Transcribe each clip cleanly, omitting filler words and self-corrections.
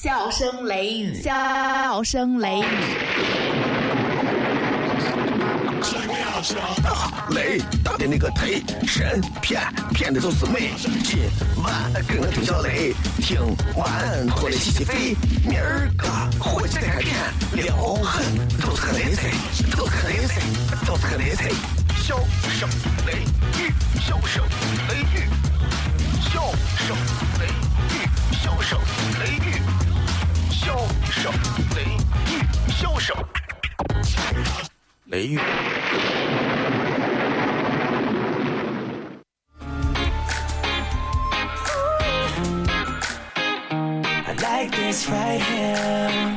笑声雷雨，笑声雷雨。 大雷大的那个忒神骗的都是美。今晚跟我听小雷，听完回来洗洗肺。明儿个回去再开店，撩狠都是个雷菜，都是个雷菜，都是个雷菜。笑声雷雨，笑声雷雨，笑声雷雨，笑声雷雨，笑声雷雨，笑声雷雨。 Like this right here,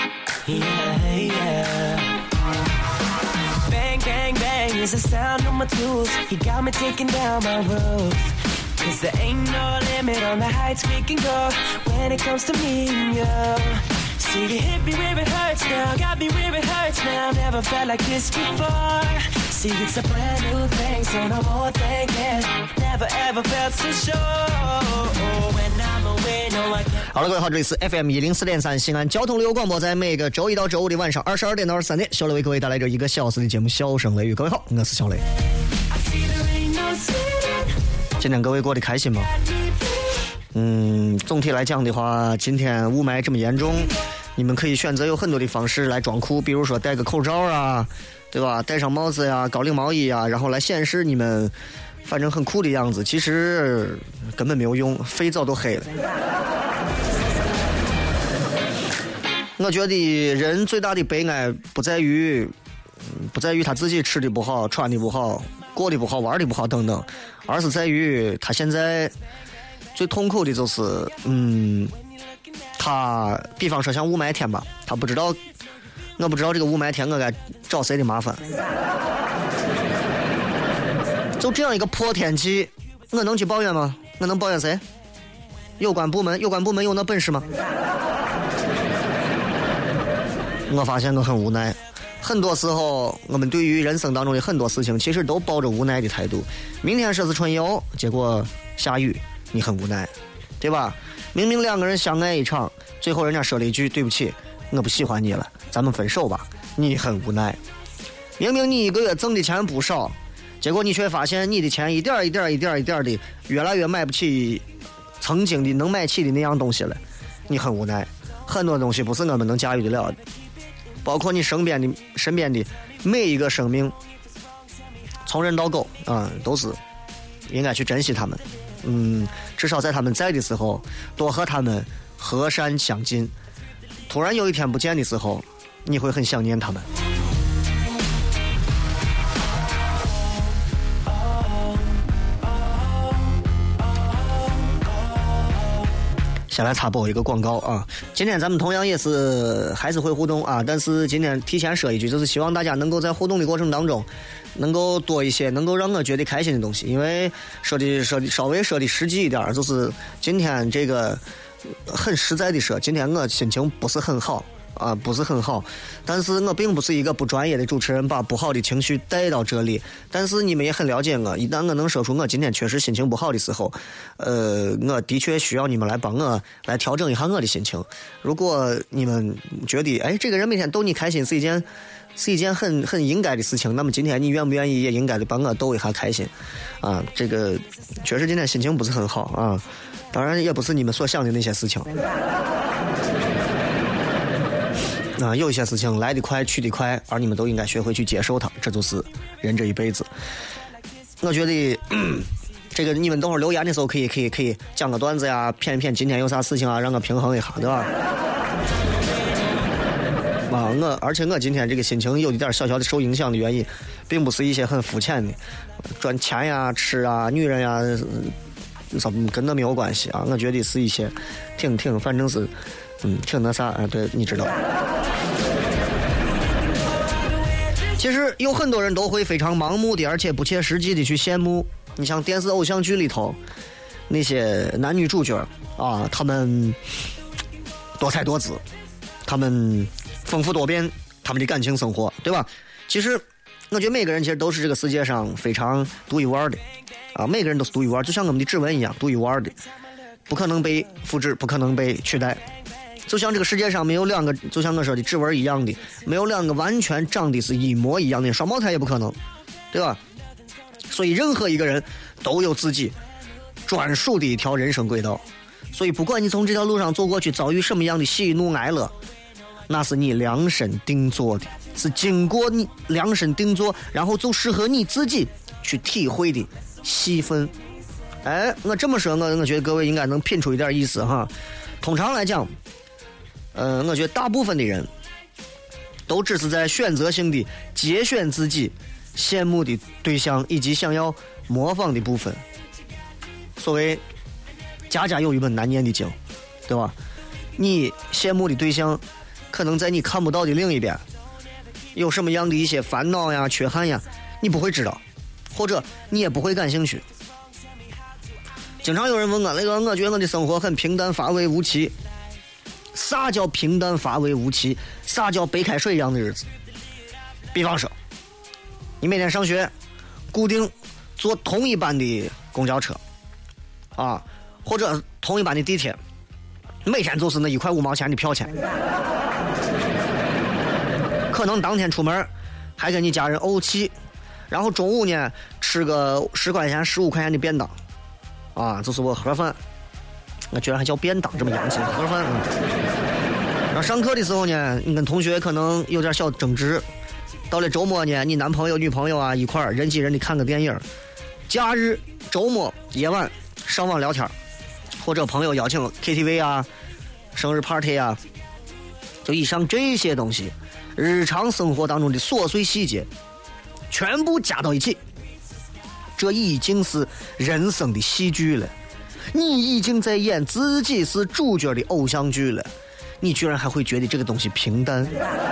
yeah. Bang, bang, bang is the sound of my tools. You got me taking down my roof. Cause there ain't no limit on the heights we can go when it comes to me and you. See you hit me where it hurts now, got me where it hurts now. Never felt like this before. See it's a brand new thing, so no more thinking. Never ever felt so sure. When I'm away, no I can't. 好了，各位好，这里是 FM104.3西安交通旅游广播，在每个周一到周五的晚上22点到23点，小雷为各位带来这1个小时的节目《笑声雷雨》。各位好，我是小雷。今天各位过得开心吗？总体来讲的话，今天雾霾这么严重，你们可以选择有很多的方式来装酷，比如说戴个口罩啊，对吧？戴上帽子呀，高领毛衣啊，然后来显示你们反正很酷的样子。其实根本没有用，肥皂都黑了。我觉得人最大的悲哀不在于他自己吃的不好、穿的不好、过得不好、玩的不好等等，而是在于他现在最痛苦的就是，他比方说像雾霾天吧，他不知道，我不知道这个雾霾天我该找谁的麻烦。就这样一个破天气，我能去抱怨吗？我能抱怨谁？有关部门有那本事吗？我发现我很无奈，很多时候我们对于人生当中的很多事情其实都抱着无奈的态度。明天说是春游，结果下雨，你很无奈，对吧？明明两个人相爱一场，最后人家说了一句对不起，我不喜欢你了，咱们分手吧，你很无奈。明明你一个月挣的钱不少，结果你却发现你的钱一点的越来越买不起曾经的能买起的那样东西了，你很无奈。很多东西不是我们能驾驭得了的，包括你身边的每一个生命，从人到狗都是应该去珍惜他们。至少在他们在的时候，多和他们和善相近。突然有一天不见的时候，你会很想念他们。先来插播一个广告啊！今天咱们同样也是还是会互动啊，但是今天提前说一句，就是希望大家能够在互动的过程当中，能够多一些能够让我觉得开心的东西。因为稍微说的实际一点，就是今天这个很实在的说，今天我心情不是很好啊，不是很好，但是我并不是一个不专业的主持人，把不好的情绪带到这里。但是你们也很了解我，一旦我能说出我今天确实心情不好的时候，我的确需要你们来帮我来调整一下我的心情。如果你们觉得这个人每天逗你开心是一件很应该的事情，那么今天你愿不愿意也应该的帮我逗一下开心啊？这个确实今天心情不是很好啊，当然也不是你们所想的那些事情。有一些事情来得快去得快，而你们都应该学会去接受它，这就是人这一辈子。我觉得这个你们等会儿留言的时候可以讲个段子呀，骗一骗今天有啥事情啊，让我平衡一下，对吧？而且我今天这个心情有一点小小的受影响的原因，并不是一些很肤浅的赚钱呀、吃啊、女人呀，跟那没有关系啊。我觉得是一些挺反正是挺那啥啊，对，你知道。其实有很多人都会非常盲目的而且不切实际的去羡慕，你像电视偶像剧里头那些男女主角啊，他们多才多姿，他们丰富多变，他们的感情生活，对吧？其实我觉得每个人其实都是这个世界上非常独一无二的啊，每个人都是独一无二，就像我们的指纹一样独一无二的，不可能被复制，不可能被取代。 就像这个世界上没有两个，就像我说的指纹一样的，没有两个完全长得是一模一样的，双胞胎也不可能，对吧？所以任何一个人都有自己专属的一条人生轨道，所以不管你从这条路上走过去遭遇什么样的喜怒哀乐，那是你量身定做的，是经过你量身定做，然后就适合你自己去体会的戏份。哎，我这么说，我觉得各位应该能品出一点意思哈。通常来讲，我觉得大部分的人都只是在选择性的节选自己羡慕的对象以及想要模仿的部分。所谓家家有一本难念的经，对吧？你羡慕的对象可能在你看不到的另一边，有什么样的一些烦恼呀、缺憾呀，你不会知道，或者你也不会感兴趣。经常有人问我，我觉得我的生活很平淡乏味无奇。啥叫平淡乏味无奇？啥叫白开水一样的日子？比方说，你每天上学固定坐同一班的公交车啊，或者同一班的地铁，每天就是那1块5毛钱的票钱，可能当天出门还跟你家人怄气，然后中午呢吃个10块钱15块钱的便当啊，这是我盒饭，我居然还叫便当，这么洋气，盒饭。然后上课的时候呢，你跟同学可能有点小争执，到了周末呢，你男朋友女朋友啊一块儿人挤人的看个电影，假日周末夜晚上网聊天，或者朋友邀请 KTV 啊、生日 party 啊，就以上这些东西，日常生活当中的琐碎细节，全部加到一起，这已经是人生的戏剧了。你已经在演自己是主角的偶像剧了，你居然还会觉得这个东西平淡？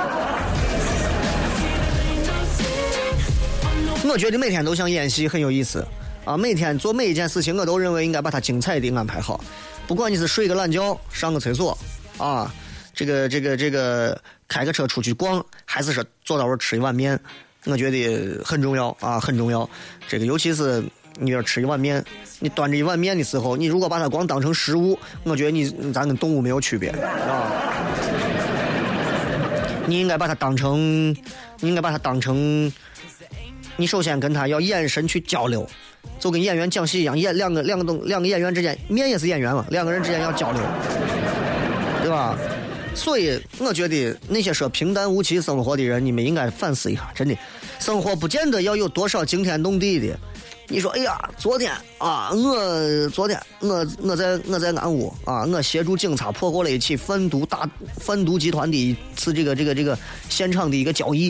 我觉得每天都像演戏，很有意思啊！每天做每一件事情，我都认为应该把它精彩的安排好。不管你是睡个懒觉、上个厕所啊，这个开个车出去逛，还是说坐到这儿吃一碗面，我觉得很重要啊，很重要。这个尤其是你要吃一碗面，你端着一碗面的时候，你如果把它光当成食物，我觉得咱跟动物没有区别啊。你应该把它当成，你首先跟他要眼神去交流，就跟演员讲戏一样，两个演员之间，面也是演员嘛，两个人之间要交流，对吧？所以我觉得那些说平淡无奇生活的人，你们应该反思一下，真的，生活不见得要有多少惊天动地的。你说，哎呀，昨天啊，我在安屋啊，我协助警察破获了一起贩毒集团的一次这个现场的一个交易。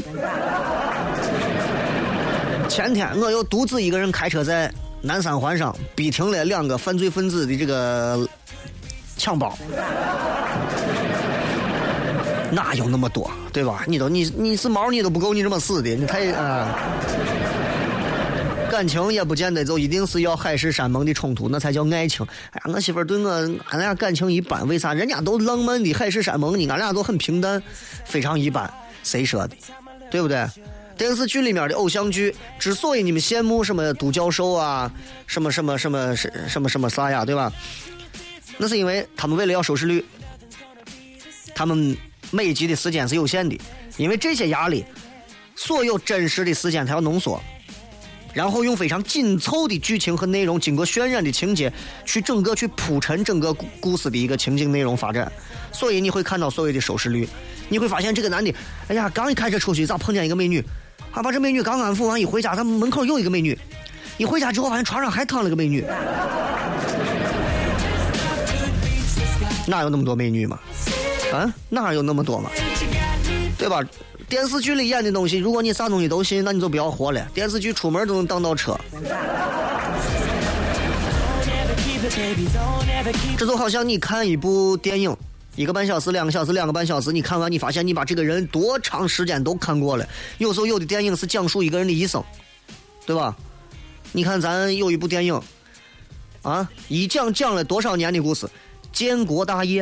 前天我又独自一个人开车在南三环上逼停了2个犯罪分子的这个抢包。哪有那么多，对吧？你是毛你都不够你这么死的，你太感情也不见得就一定是要海誓山盟的冲突，那才叫爱情。哎呀，我媳妇对俺俩感情一般，为啥人家都浪漫的海誓山盟，俺俩都很平淡，非常一般，谁说的？对不对？电视剧里面的偶像剧，之所以你们羡慕什么都教授啊，什么啥呀，对吧？那是因为他们为了要收视率，他们每一集的时间是有限的，因为这些压力，所有真实的时间它要浓缩，然后用非常紧凑的剧情和内容，经过渲染的情节去铺陈整个故事的一个情景内容发展，所以你会看到所谓的收视率。你会发现这个男的，哎呀，刚一开车出去咋碰见一个美女，把这美女刚安抚完，一回家他门口又一个美女，一回家之后发现床上还躺了个美女。哪有那么多美女嘛？啊，哪有那么多嘛？对吧？电视剧里演的东西，如果你啥东西都信，那你就不要活了。电视剧出门都能当到车。这就好像你看一部电影，1个半小时、2个小时、2个半小时，你看完你发现你把这个人多长时间都看过了。有时候有的电影是讲述一个人的一生，对吧？你看咱有一部电影啊，一讲了多少年的故事，建国大业。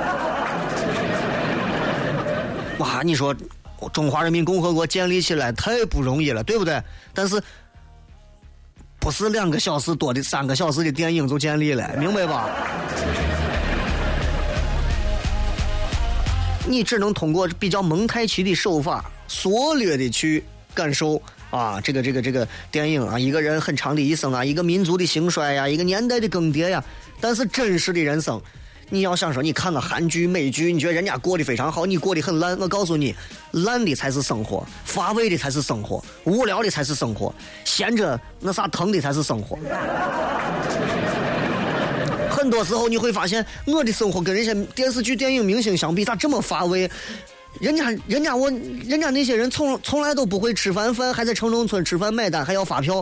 哇，你说中华人民共和国建立起来太不容易了，对不对？但是不是2个小时多的3个小时的电影就建立了，明白吧？ 你只能通过比较蒙太奇的手法，缩略的去感受啊，这个电影啊，一个人很长的一生啊，一个民族的兴衰呀，一个年代的更迭呀。但是真实的人生，你要想说你看个韩剧美剧，你觉得人家过得非常好，你过得很烂，我告诉你，烂的才是生活，乏味的才是生活，无聊的才是生活，闲着那啥疼的才是生活。很多时候你会发现，我的生活跟人家电视剧电影明星相比咋这么乏味。人家那些人从来都不会吃饭，还在城中村吃饭买单还要发票。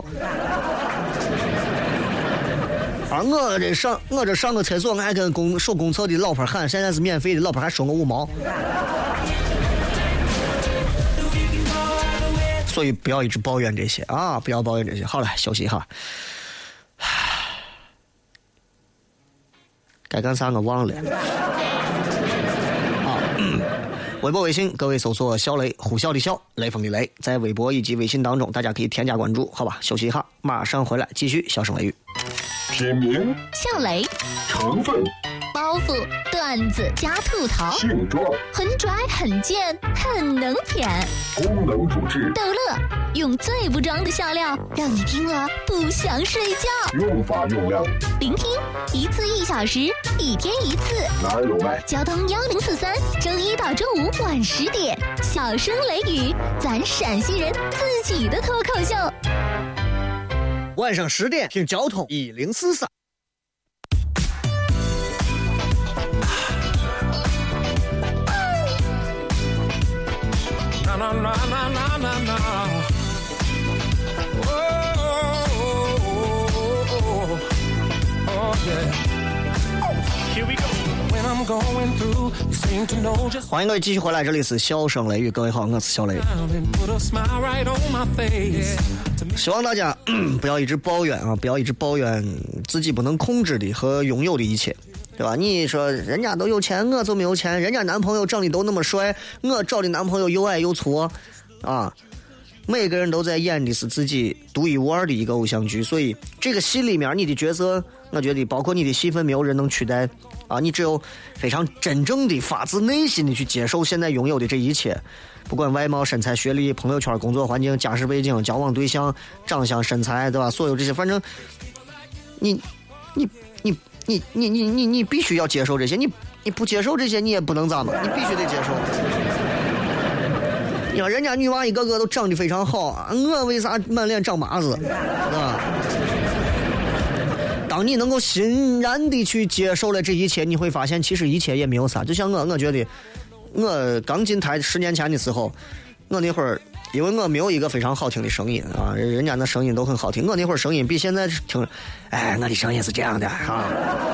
而我这上个厕所还跟收公厕的老婆喊，现在是免费的，老婆还收我5毛。所以不要一直抱怨这些啊，不要抱怨这些。好了，休息一下。该干啥我忘了。微博微信各位搜索小雷，呼啸的啸，雷锋的雷，在微博以及微信当中大家可以添加关注。好吧，休息一下，马上回来继续笑声雷雨。 品名笑雷， 成分包袱段子加吐槽， 性状很拽很贱很能舔， 功能主治逗乐，用最不装的笑料让你听了不想睡觉。 用法用量聆听1次1小时，1天1次， 哪儿有卖？ 交通1043，周一到周五晚10点，笑声雷雨，咱陕西人自己的脱口秀。 晚上10点听交通1043。欢迎各位继续回来，这里是笑声雷雨，各位好，我是小雷。希望大家不要一直抱怨啊，不要一直抱怨自己不能控制的和拥有的一切，对吧？你说人家都有钱，我就没有钱；人家男朋友长得都那么帅，我找的男朋友又矮又粗啊。每个人都在演的是自己独一无二的一个偶像剧，所以这个戏里面你的角色，我觉得包括你的戏份，没有人能取代啊！你只有非常真正的发自内心的去接受现在拥有的这一切，不管外貌、身材、学历、朋友圈、工作环境、家世背景、交往对象、长相、身材，对吧？所有这些，反正你必须要接受这些，你不接受这些，你也不能咋嘛，你必须得接受。你看人家女娃一个个都长得非常好，我为啥满脸长麻子，对吧？当你能够欣然地去接受了这一切，你会发现其实一切也没有啥。就像我觉得我刚进台10年前的时候，我那会儿因为我没有一个非常好听的声音啊，人家的声音都很好听，我那会儿声音比现在听，我的声音是这样的啊，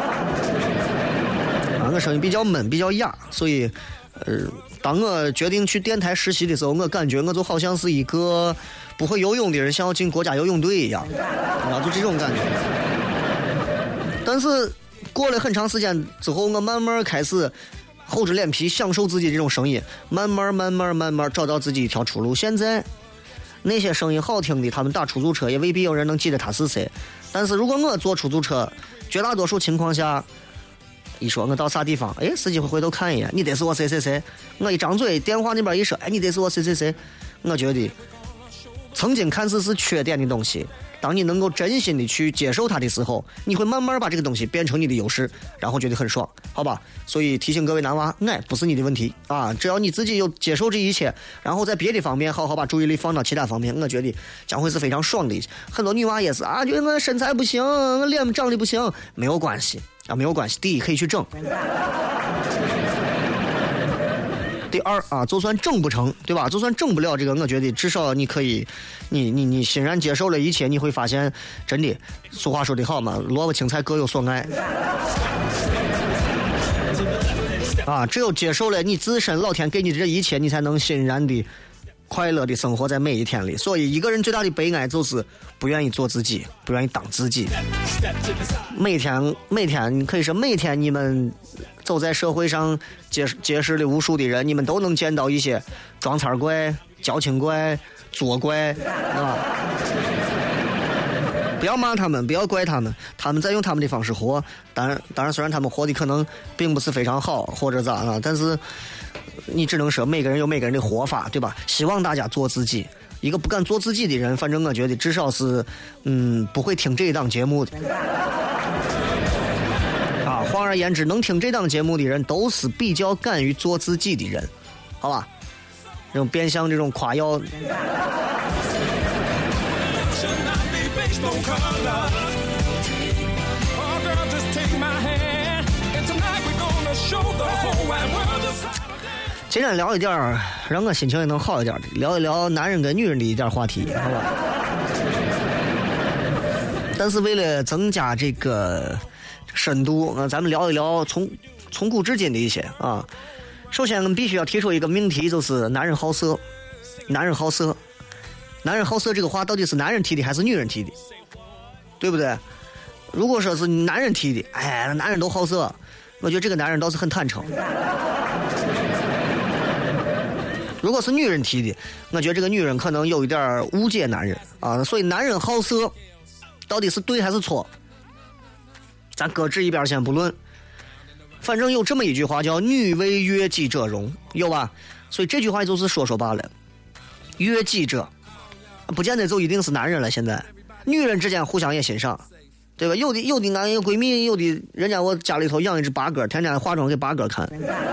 我声音比较闷比较哑，所以当我决定去电台实习的时候，我感觉我就好像是一个不会游泳的人想要进国家游泳队一样，就这种感觉。但是过了很长时间之后，我慢慢开始厚着脸皮享受自己这种声音，慢慢找到自己一条出路。现在那些声音好听的，他们打出租车也未必有人能记得他是谁。但是如果我坐出租车，绝大多数情况下一说我到啥地方，司机会回头看一眼，你得是我谁谁谁。我一张嘴，电话那边一说，你得是我谁谁谁。我觉得曾经看似是缺点的东西，当你能够真心的去接受它的时候，你会慢慢把这个东西变成你的优势，然后觉得很爽，好吧？所以提醒各位男娃，矮不是你的问题啊，只要你自己有接受这一切，然后在别的方面好好把注意力放到其他方面，我觉得将会是非常爽的。很多女娃也是啊，觉得我身材不行，我脸长得不行，没有关系啊，没有关系。第一，可以去整。第二啊，就算整不成，对吧？就算整不了这个，我觉得至少你可以，你欣然接受了一切，你会发现，真的，俗话说得好嘛，萝卜青菜各有所爱。啊，只有接受了你自身老天给你的这一切，你才能欣然的、快乐的生活在每一天里。所以，一个人最大的悲哀就是不愿意做自己，不愿意当自己。每天，你可以说每天你们走在社会上结识了无数的人，你们都能见到一些装叉怪、矫情怪、作怪，啊。 不要骂他们，不要怪他们，他们在用他们的方式活。当然，虽然他们活的可能并不是非常好或者咋了，但是你只能说每个人有每个人的活法，对吧？希望大家做自己。一个不敢做自己的人，反正我觉得至少是不会听这一档节目的。啊，换而言之，能听这档节目的人都是比较敢于做自己的人，好吧？这种变相这种夸耀。今天聊一点让我心情也能好一点的，聊一聊男人跟女人的一点话题，好吧？但是为了增加这个深度，咱们聊一聊从古至今的一些啊。首先，我们必须要提出一个命题，就是男人好色。男人好色，男人好色这个话到底是男人提的还是女人提的？对不对？如果说是男人提的，哎，男人都好色，我觉得这个男人倒是很坦诚。如果是女人提的，我觉得这个女人可能有一点误解男人啊。所以男人好色到底是对还是错，咱搁置一边先不论。反正有这么一句话叫女为悦己者容，有吧？所以这句话就是说罢了，悦己者不见得就一定是男人了，现在女人之间互相也欣赏，对吧？有的俺有闺蜜，有的人家我家里头养一只八哥，天天化妆给八哥看。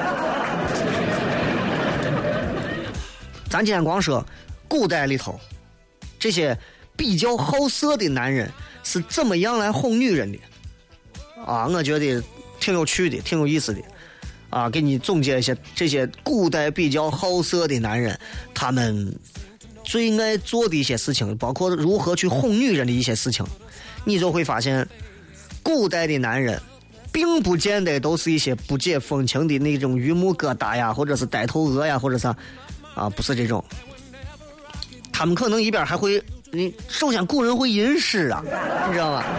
咱今天光说古代里头这些比较好色的男人是怎么样来哄女人的啊，我觉得挺有趣的，挺有意思的啊，给你总结一些这些古代比较好色的男人他们最爱做的一些事情，包括如何去哄女人的一些事情，你就会发现古代的男人并不见得都是一些不解风情的那种榆木疙瘩呀，或者是呆头鹅呀，或者啥啊，不是这种。他们可能一边还会，首先古人会吟诗啊，你知道吧？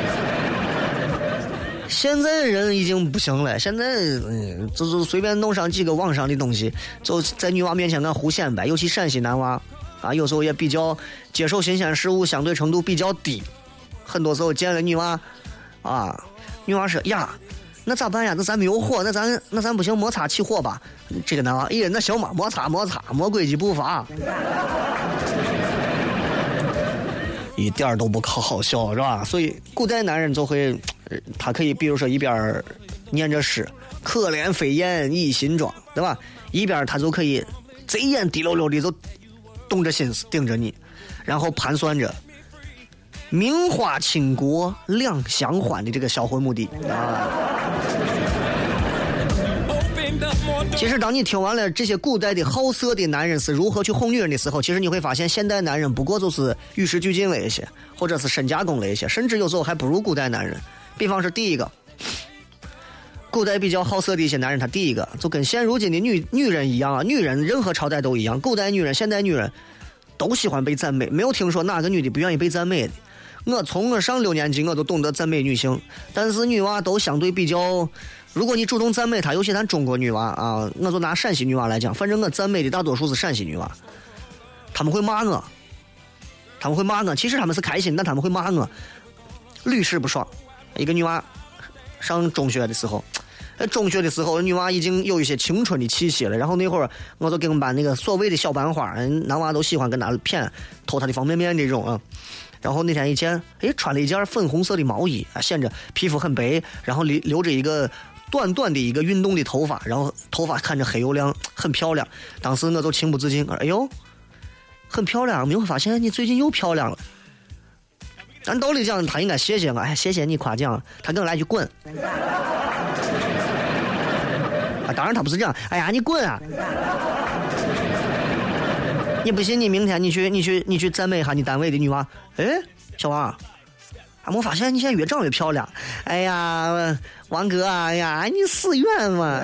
现在人已经不行了，现在就随便弄上几个网上的东西，就在女娃面前敢胡显摆，尤其陕西男娃啊，有时候也比较接受新鲜事物相对程度比较低，很多时候见了女娃啊，女娃说呀，那咋办呀？那咱没有火，那咱不行，摩擦起火吧。这个男娃，那行嘛，摩擦，魔规矩不罚，一点都不好笑，是吧？所以古代男人就会，他可以比如说一边念着诗，可怜飞燕倚新妆，对吧？一边他就可以贼眼滴溜溜的就动着心思盯着你，然后盘算着名花倾国两相欢的这个销魂目的啊。其实当你听完了这些古代的好色的男人是如何去哄女人的时候，其实你会发现现代男人不过就是与时俱进了一些，或者是深加工了一些，甚至有时候还不如古代男人。比方说第一个，古代比较好色的一些男人，他第一个就跟现如今的女人一样啊，女人任何朝代都一样，古代女人现代女人都喜欢被赞美，没有听说哪个女的不愿意被赞美的。我从我上6年级我都懂得赞美女性，但是女娃都相对比较，如果你主动赞美她，尤其咱中国女娃啊，我就拿陕西女娃来讲，反正我赞美的大多数是陕西女娃，他们会骂我，其实他们是开心，但他们会骂我，屡试不爽。一个女娃上中学的时候，女娃已经有一些青春的气息了，然后那会儿我就给我们班那个所谓的小班花，男娃都喜欢跟她骗，偷她的方便面这种啊。然后那天一见，穿了一件粉红色的毛衣啊，显着皮肤很白，然后留着一个短短的一个运动的头发，然后头发看着黑又亮，很漂亮。当时我就情不自禁，哎呦，很漂亮，没有发现你最近又漂亮了。按道理讲，他应该谢谢我，哎，谢谢你夸奖。他跟我来句滚。啊，当然他不是这样，哎呀，你滚啊！你不信，你明天你去赞美一下你单位的女娃。哎，小王，我发现你现在越长越漂亮。哎呀，王哥啊，哎呀，你死远嘛！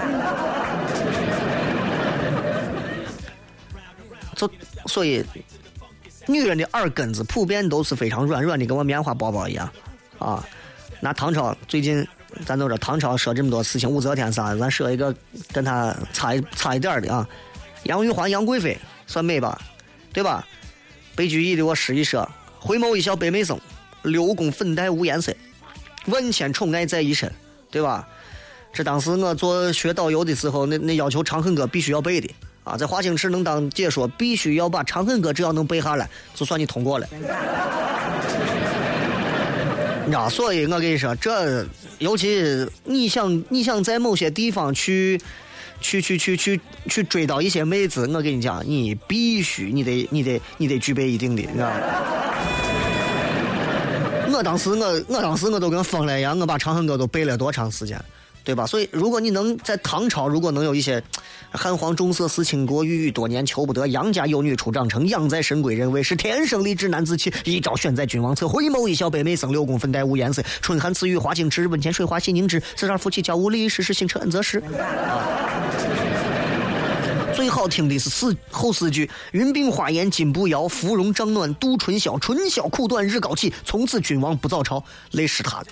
所以，女人的耳根子普遍都是非常软软的，跟我棉花包包一样啊。拿唐朝最近，咱都知道唐朝说这么多事情，武则天啥，咱说一个跟他差一点的啊。杨玉环、杨贵妃算美吧，对吧？白居易的我诗一说，回眸一笑百媚生， 六宫粉黛无颜色，万千宠爱在一身，对吧？这当时我做学导游的时候，那要求《长恨歌》必须要背的啊，在华清池能当解说，必须要把《长恨歌》只要能背下来，就算你通过了。啊，所以我跟你说，这尤其你想在某些地方去追到一些妹子，我跟你讲，你必须你得具备一定的，你知道吗？我当时我都跟疯了一样，我把《长恨歌》都背了多长时间，对吧？所以如果你能在唐朝，如果能有一些汉皇重色思倾国，郁郁多年求不得，杨家有女初长成，养在深闺人未识，天生丽质难自弃，一朝选在君王侧，回眸一笑北媚生，六宫粉黛无颜色，春寒赐予华清池，温泉水滑细凝脂，此上夫妻交无力，时时行车恩泽时最好听的是后四句：云鬓花颜金步摇，芙蓉帐暖度春宵，春宵苦短日高起，从此君王不早朝。累是他的。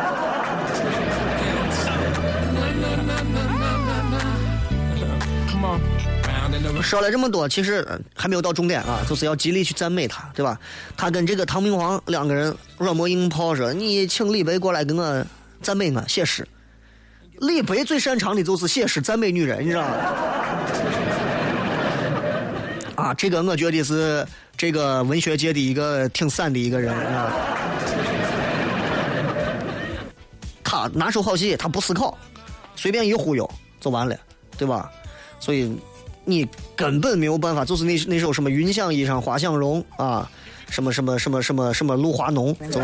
说了这么多，其实还没有到重点啊，就是要极力去赞美他，对吧？他跟这个唐明皇两个人软磨硬泡说：“你请李白过来跟我赞美我写诗。”李白最擅长的就是写诗赞美女人，你知道吗？啊，这个我觉得是这个文学界的一个挺散的一个人啊。他拿手好戏，他不思考，随便一忽悠就完了，对吧？所以你根本没有办法，就是那首什么云想衣裳花想容啊，什么露花浓，怎么？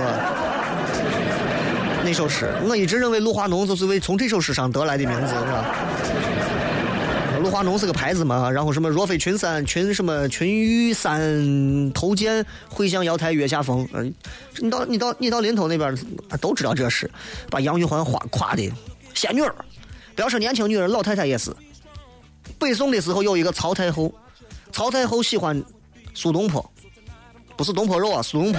那首诗，我一直认为露花浓就是从这首诗上得来的名字，是吧？露花浓是个牌子嘛，然后什么若非群山群玉山头见，会向瑶台月下风。你到临头那边都知道这事，把杨玉环夸的仙女儿，不要说年轻女人，老太太也是。北宋的时候有一个曹太后，曹太后喜欢苏东坡，不是东坡肉啊，苏东坡，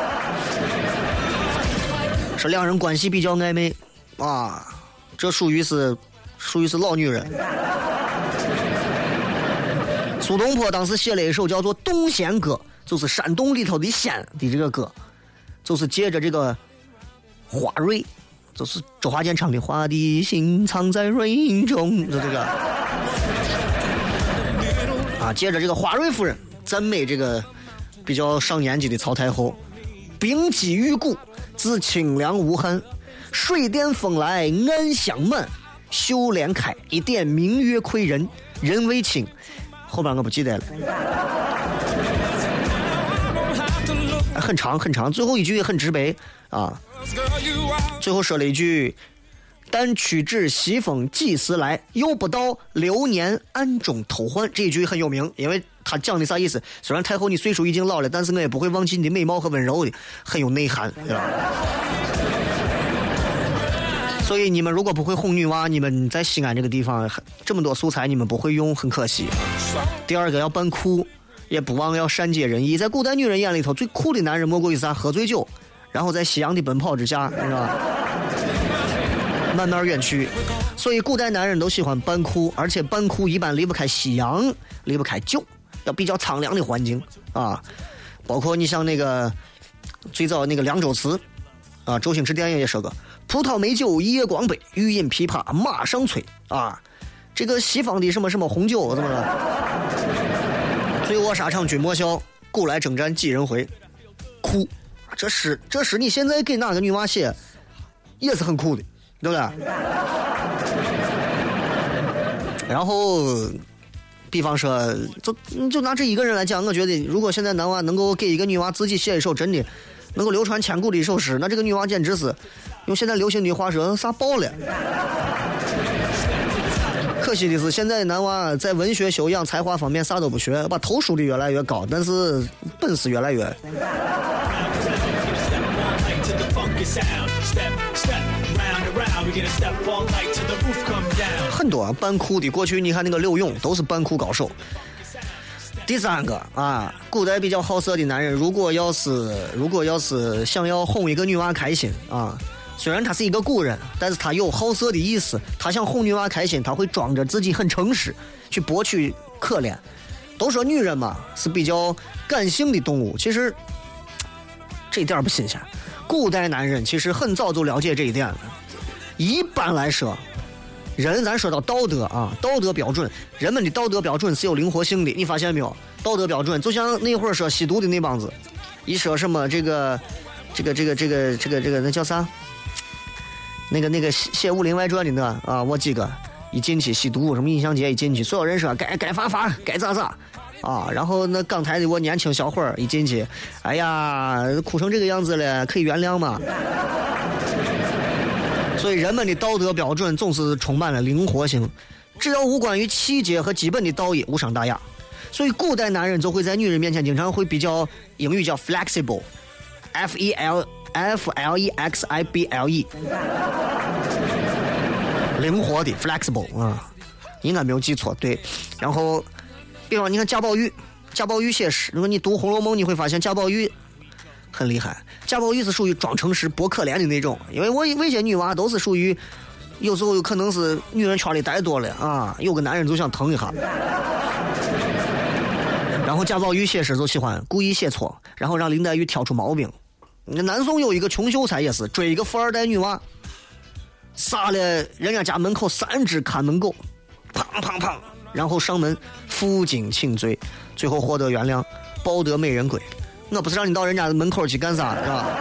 是两人关系比较暧昧啊，这属于是老女人。苏东坡当时写了一首叫做《东仙歌》，就是山洞里头的仙的这个歌，就是借着这个花蕊，就是周华健唱的“花的心藏在蕊中”的这个啊，借着这个花蕊夫人赞美这个比较上年纪的曹太后，冰肌玉骨，自清凉无憾，水殿风来暗香满，秀帘开，一点明月窥人，人未清。后边我不记得了，很长很长，最后一句也很直白啊。最后说了一句：“但屈指西风几时来，又不到流年暗中偷换。”这一句很有名，因为他讲的啥意思？虽然太后你岁数已经老了，但是我也不会忘记你的美貌和温柔的，很有内涵，对吧？所以你们如果不会哄女娃，你们在西安这个地方这么多素材你们不会用，很可惜。第二个要扮酷，也不忘要善解人意。在古代女人眼里头，最酷的男人莫过于啥？喝醉酒，然后在夕阳的奔跑之下，你知道吧？慢慢远去。所以古代男人都喜欢扮酷，而且扮酷一般离不开夕阳，离不开酒，要比较苍凉的环境啊。包括你像那个最早那个凉州词啊，周星驰电影也说过。葡萄美酒夜光杯，欲饮琵琶马上催啊！这个西方的什么什么红酒怎么了？醉卧沙场君莫笑，古来征战几人回。酷，这诗你现在给哪个女娃写，也是很酷的，对不对？然后，比方说，就拿这一个人来讲，我觉得如果现在男娃能够给一个女娃自己写一首真的能够流传千古的一首诗，那这个女娃简直是用现在流行的话说啥爆了。可惜的是现在男娃在文学修养才华方面啥都不学，把头梳的越来越高，但是本事越来越很多扮酷的，过去你看那个柳永都是扮酷高手。第三个啊，古代比较好色的男人，如果要是想要哄一个女娃开心啊，虽然他是一个古人，但是他有好色的意思，他想哄女娃开心，他会装着自己很诚实，去博取可怜。都说女人嘛是比较感性的动物，其实这一点不新鲜。 古代男人其实很早就了解这一点了。一般来说，人咱说到道德啊，道德标准，人们的道德标准是有灵活性的。你发现没有？道德标准就像那会儿说吸毒的那帮子，一说什么这个那叫啥？那个写《武林外传》的呢啊，我几个一进去吸毒，什么印象节一进去，所有人说该罚，该咋啊。然后那刚才的我年轻小伙儿一进去，哎呀，哭成这个样子了，可以原谅吗？所以人们的道德标准总是充满了灵活性，只要无关于气节和基本的道义，无伤大雅。所以古代男人就会在女人面前经常会比较，英语叫 flexible，F-E-L-E-X-I-B-L-E， 灵活的 flexible 啊，应该没有记错，对。然后，比方你看贾宝玉写诗，如果你读《红楼梦》，你会发现贾宝玉很厉害。贾宝玉是属于装成实、博可怜的那种，因为我那些女娃都是属于，有时候有可能是女人圈里待多了啊，有个男人就想疼一下。然后贾宝玉写诗就喜欢故意写错，然后让林黛玉挑出毛病。南宋有一个穷秀才也是追一个富二代女娃，杀了人家家门口3只看门狗，砰，然后上门负荆请罪，最后获得原谅，抱得美人归。我不是让你到人家的门口去干啥，是吧？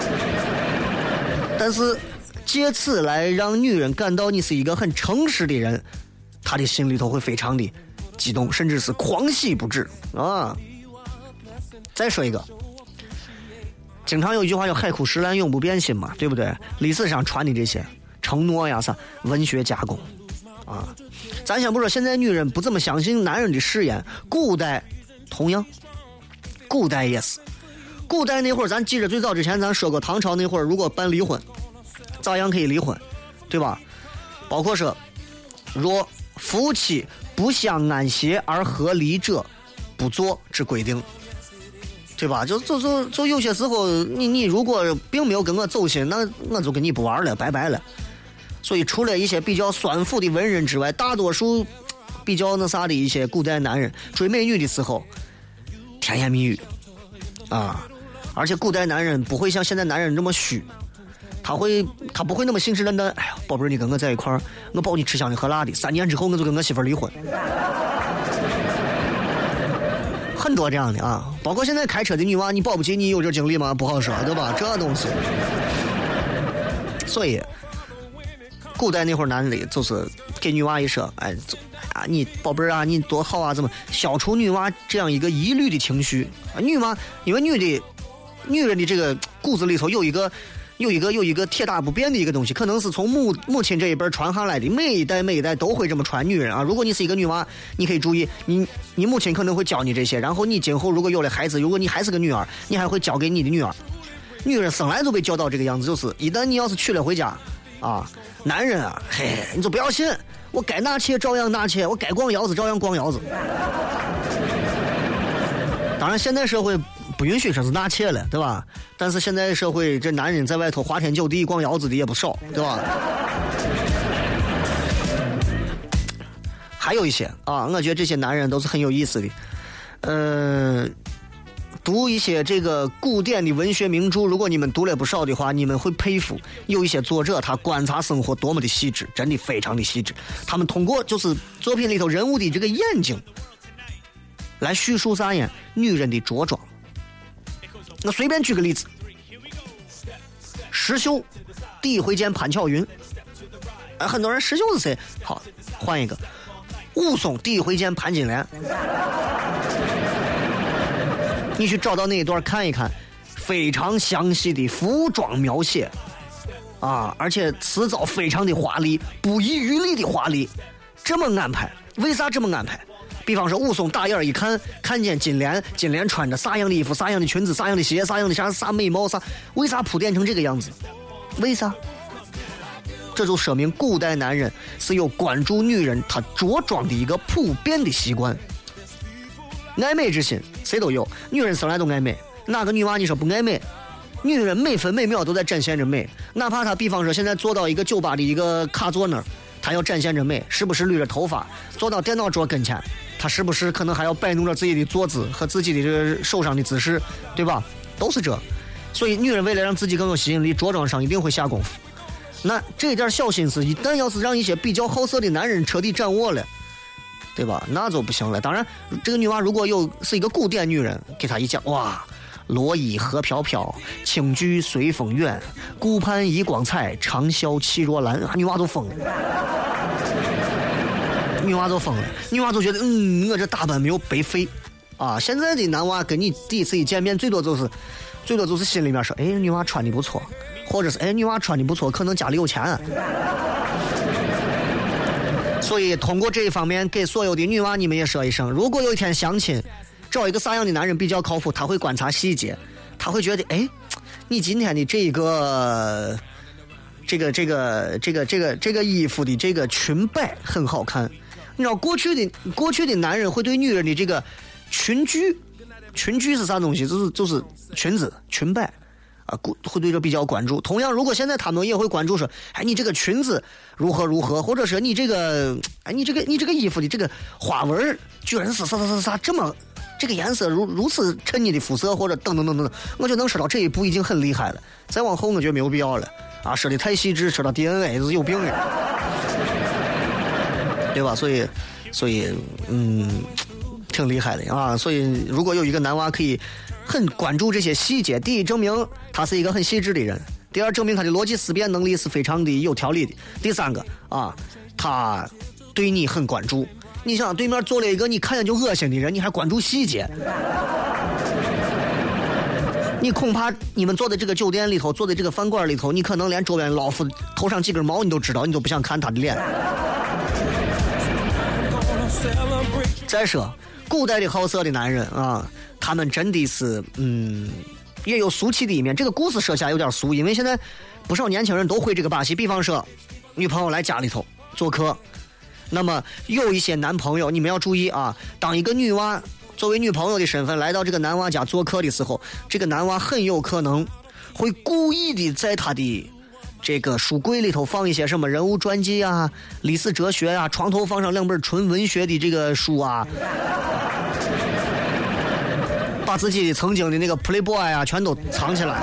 但是借此来让女人感到你是一个很诚实的人，她的心里头会非常的激动，甚至是狂喜不止啊！再说一个，经常有一句话叫海枯石烂永不变心嘛，对不对？历史上传的这些承诺呀啥，文学加工啊。咱先不说现在女人不怎么相信男人的誓言，古代同样，古代也是。古代那会儿，咱记着最早之前咱说过，唐朝那会儿如果办离婚，咋样可以离婚，对吧？包括说，若夫妻不相安协而合离者，不做之规定，对吧？就有些时候，你如果并没有跟我走心，那我就跟你不玩了，拜拜了。所以除了一些比较酸腐的文人之外，大多数比较那啥的一些古代男人追美女的时候，甜言蜜语啊。而且古代男人不会像现在男人这么虚，他不会那么信誓旦旦。哎呀，宝贝儿，你跟我在一块儿，我保你吃香的喝辣的，3年之后我就跟我媳妇儿离婚。很多这样的啊，包括现在开车的女娃，你保不齐你有这经历吗？不好说，对吧？这东西。所以，古代那会儿男的就是给女娃一说，哎啊，你宝贝儿啊，你多好啊，怎么消除女娃这样一个疑虑的情绪啊？女娃，因为女人的这个骨子里头有一个铁打不变的一个东西，可能是从母亲这一辈传下来的，每一代都会这么传女人啊。如果你是一个女娃，你可以注意，你母亲可能会教你这些，然后你今后如果有了孩子，如果你还是个女儿，你还会教给你的女儿。女人生来就被教导这个样子，就是一旦你要是娶了回家啊，男人啊，嘿，你就不要信，我该纳妾照样纳妾，我该光腰子照样光腰子。当然现在社会不允许说是纳妾了，对吧？但是现在社会这男人在外头花天酒地光腰子的也不少，对吧？还有一些啊，我觉得这些男人都是很有意思的。读一些这个古典的文学名著，如果你们读了不少的话，你们会佩服有一些作者他观察生活多么的细致，真的非常的细致。他们通过就是作品里头人物的这个眼睛来叙述啥呀？女人的着装。我随便举个例子，石秀第一回见潘巧云，哎，很多人石秀是谁？好，换一个，武松第一回见潘金莲，你去找到那一段看一看，非常详细的服装描写啊，而且辞藻非常的华丽，不遗余力的华丽，这么安排，为啥这么安排？比方说武松大眼一看见金莲穿着啥样的衣服，啥样的裙子，啥样的鞋，啥样的啥美貌，啥为啥铺垫成这个样子？为啥？这就说明古代男人是有关注女人她着装的一个普遍的习惯。爱美之心谁都有，女人生来都爱美，哪个女娃你说不爱美？女人每分每秒都在展现着美，哪怕她比方说现在坐到一个酒吧的一个卡座那儿，她要展现着美，时不时捋着头发，坐到电脑桌跟前，她时不时可能还要摆弄着自己的坐姿和自己的这个手上的姿势，对吧？都是这。 所以女人为了让自己更有吸引力，着装上一定会下功夫。那这点小心思一旦要是让一些比较好色的男人彻底掌握了，对吧？那就不行了。当然这个女娃如果是一个古典女人，给她一讲，哇，罗衣何飘飘，轻裾随风远，顾盼一光彩，长啸气若兰，女娃都疯了。女娃都疯了，女娃都觉得我这打扮没有白费啊！现在的男娃跟你第一次一见面，最多就是心里面说，哎，女娃穿的不错，或者是哎，女娃穿的不错，可能家里有钱啊。所以通过这一方面，给所有的女娃你们也说一声，如果有一天相亲找一个啥样的男人比较靠谱，他会观察细节，他会觉得，哎，你今天的这个衣服的这个裙摆很好看。你知道过去的男人会对女人的这个裙裾是啥东西？就是裙子裙摆啊，会对这比较关注。同样，如果现在他们也会关注说，哎，你这个裙子如何，或者是你这个衣服的这个花纹居然是啥这么这个颜色如此衬你的肤色，或者等等，我就能说到这一步已经很厉害了。再往后我觉得没有必要了啊，说的太细致，说到 DNA 就是有病人。对吧？所以，挺厉害的啊。所以，如果有一个男娃可以很关注这些细节，第一，证明他是一个很细致的人；第二，证明他的逻辑思辨能力是非常的有条理的；第三个啊，他对你很关注。你想，对面坐了一个你看见就恶心的人，你还关注细节？你恐怕你们坐在这个酒店里头，坐在这个饭馆里头，你可能连周边老夫头上几根毛你都知道，你都不想看他的脸。再说古代的好色的男人啊，他们真的是也有俗气的一面。这个故事说起来有点俗，因为现在不少年轻人都会这个把戏。比方说女朋友来家里头做客，那么有一些男朋友，你们要注意啊，当一个女娃作为女朋友的身份来到这个男娃家做客的时候，这个男娃很有可能会故意的在他的这个书柜里头放一些什么人物传记啊、历史哲学啊，床头放上2本纯文学的这个书啊，把自己曾经的那个 Playboy 啊全都藏起来。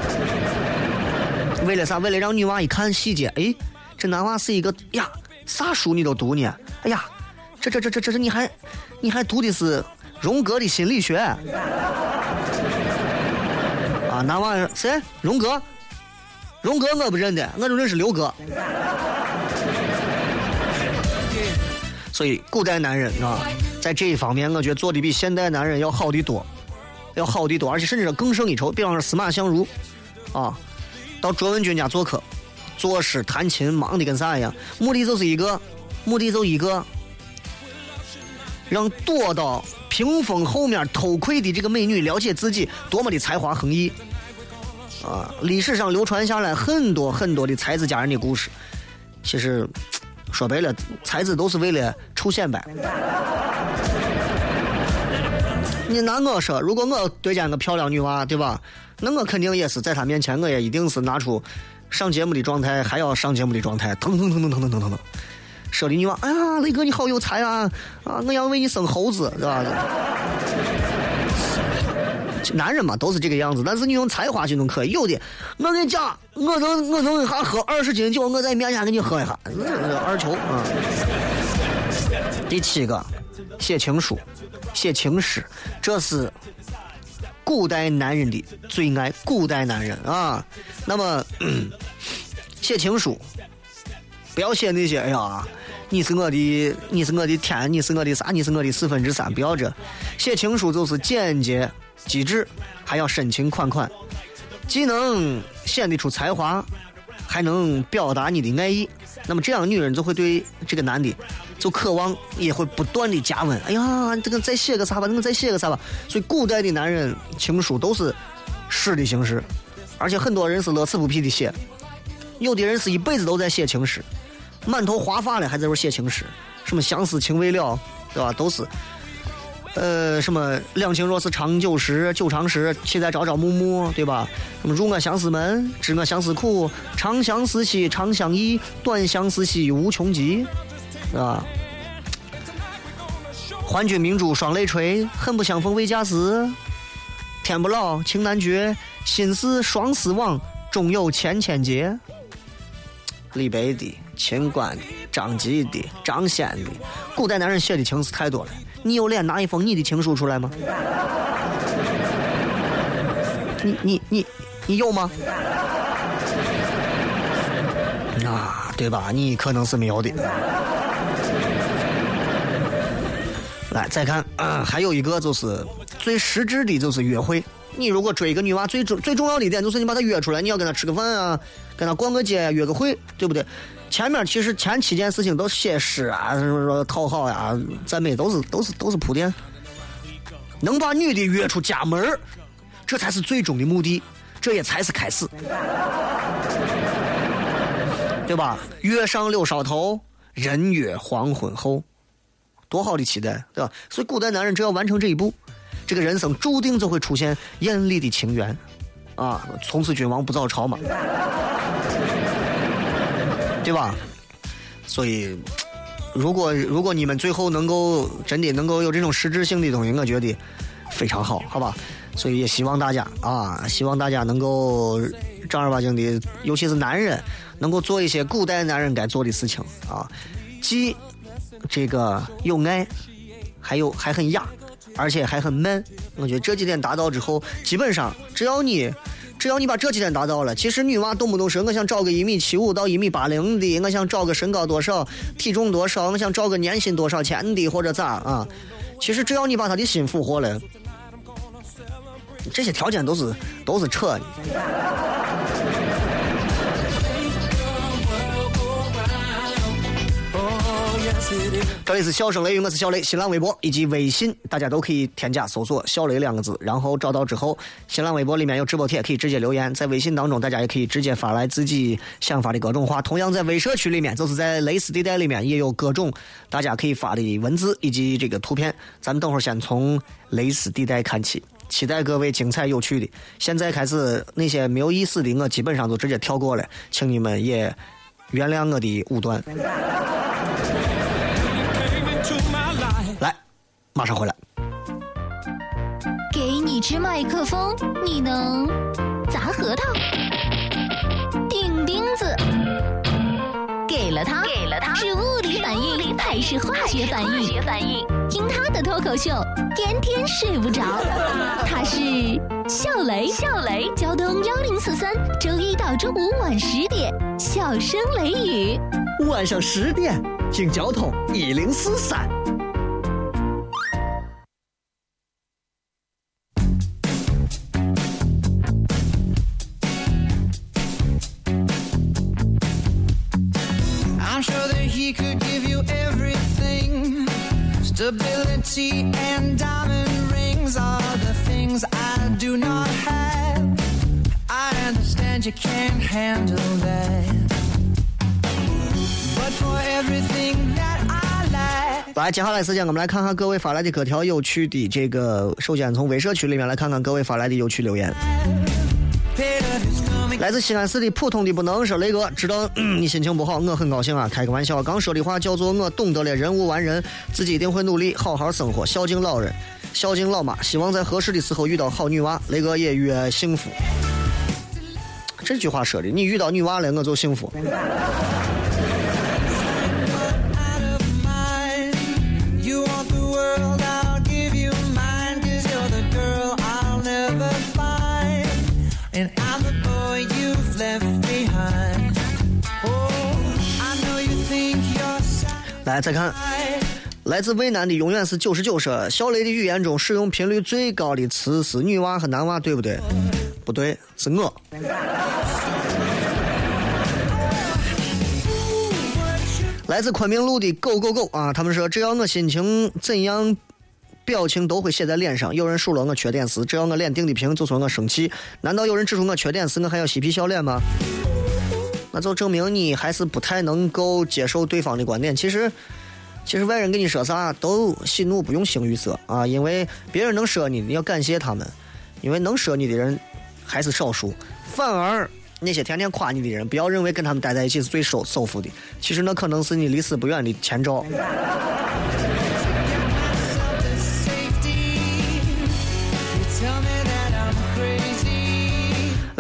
为了啥？为了让女娃一看细节，哎，这男娃是一个呀，啥书你都读呢？哎呀，这你还读的是荣格的心理学啊？男娃谁？荣格我不认得，我就认识刘哥。所以古代男人啊，在这一方面我觉得做的比现代男人要好得多，而且甚至更胜一筹。比方说司马相如啊，到卓文君家做客，作诗弹琴，忙的跟啥一样，目的就一个让躲到屏风后面偷窥的这个美女了解自己多么的才华横溢啊！历史上流传下来很多的才子佳人的故事，其实说白了，才子都是为了出显摆。你拿我说，如果我对见个漂亮女娃，对吧？那我肯定也是在她面前，我也一定是拿出上节目的状态，还要上节目的状态，腾，说的女娃，哎呀，雷哥你好有才啊！啊，我要为你生猴子，对吧？男人嘛都是这个样子，但是你用才华就能可以。有的，我跟你讲，我能一下喝20斤酒，我在面前给你喝一下，二球啊。第7个，写情书、写情诗，这是古代男人的最爱。古代男人啊，那么写情书，不要写那些哎呀，你是我的天，你是我的啥，你是我的3/4，不要这。写情书就是简洁机智，还要深情款款，既能显得出才华，还能表达你的爱意。那么这样女人就会对这个男的就渴望，也会不断的加温。哎呀，这个再写个啥吧，那个再写个啥吧。所以古代的男人情书都是诗的形式，而且很多人是乐此不疲的写，有的人是一辈子都在写情诗，满头华发了还在这写情诗，什么相思情未了，对吧？都是。什么两情若是长久时，久长时，岂在朝朝暮暮，对吧？什么入我相思门，知我相思苦，长相思兮长相依，短相思兮无穷极，对吧？还君明珠双泪垂，恨不相逢未嫁时，天不老情难绝， 心似双丝网，终有千千结。李白的、秦观的、张籍的、张先的，古代男人写的情诗太多了。你有脸拿一封你的情书出来吗？你有吗？啊，对吧？你可能是没有的。来，再看还有一个就是最实质的，就是约会。你如果追一个女娃，最重要的一点就是你把她约出来，你要跟她吃个饭啊，跟她逛个街，约个会，对不对？前面其实前7件事情都写诗啊，什么说讨好呀、赞美，都是铺垫。能把女的约出家门，这才是最终的目的，这也才是开始，对吧？月上柳梢头，人约黄昏后，多好的期待，对吧？所以古代男人只要完成这一步，这个人生注定就会出现艳丽的情缘啊！从此君王不早朝嘛，对吧？所以如果你们最后能够真的能够有这种实质性的东西，我觉得非常好，好吧？所以也希望大家能够正儿八经的，尤其是男人，能够做一些古代男人该做的事情啊，既这个有爱，还很雅，而且还很慢。我觉得这几点达到之后，基本上只要你把这几点达到了，其实女娃动不动说我想找个1.75米到1.80米的，我想找个身高多少，体重多少，我想找个年薪多少钱的，或者咋啊？其实只要你把她的心俘获了，这些条件都是扯的。这里是笑声雷雨，我是小雷，新浪微博以及微信大家都可以添加搜索小雷2个字，然后找到之后，新浪微博里面有直播帖可以直接留言，在微信当中大家也可以直接发来自己想法的各种话，同样在微社区里面，就是在蕾丝地带里面也有各种大家可以发的文字以及这个图片。咱们等会儿先从蕾丝地带看起，期待各位精彩有趣的。现在开始那些没有意思的我基本上都直接跳过了，请你们也原谅我的武断。来，马上回来。 给你支麦克风，你能砸核桃、钉钉子？给了他，是物理反应还是化学反应？听他的脱口秀，天天睡不着。他是笑雷，交通1043，周一到周五晚10点，笑声雷雨。 晚上10点，请交通1043。 Stability and diamond rings are the things I do not have. I understand you can't handle that. But for everything that I lack. 来，接下来时间我们来看看各位发来的各条有趣的这个，首先从微社区里面来看看各位发来的有趣留言。来自西安市的普通的不能说雷哥，知道你心情不好，我很高兴啊，开个玩笑，刚说的话叫做我懂得了人无完人，自己一定会努力好好生活，孝敬老人，孝敬老妈，希望在合适的时候遇到好女娃，雷哥也越幸福。这句话说的，你遇到女娃了我就幸福。来再看，来自渭南的永远是99说，小雷的语言中使用频率最高的词是女娃和男娃，对不对？不对，是我。来自昆明路的狗啊，他们说只要我心情怎样，表情都会写在脸上。有人数落我缺点时，只要我脸定的平，就说我生气。难道有人指出我缺点时，我还要嬉皮笑脸吗？那就证明你还是不太能够接受对方的观点。其实外人跟你说啥都喜怒不用形于色啊，因为别人能说你，你要感谢他们，因为能说你的人还是少数。反而那些天天夸你的人，不要认为跟他们待在一起是最舒服的，其实那可能是你离死不远的前兆。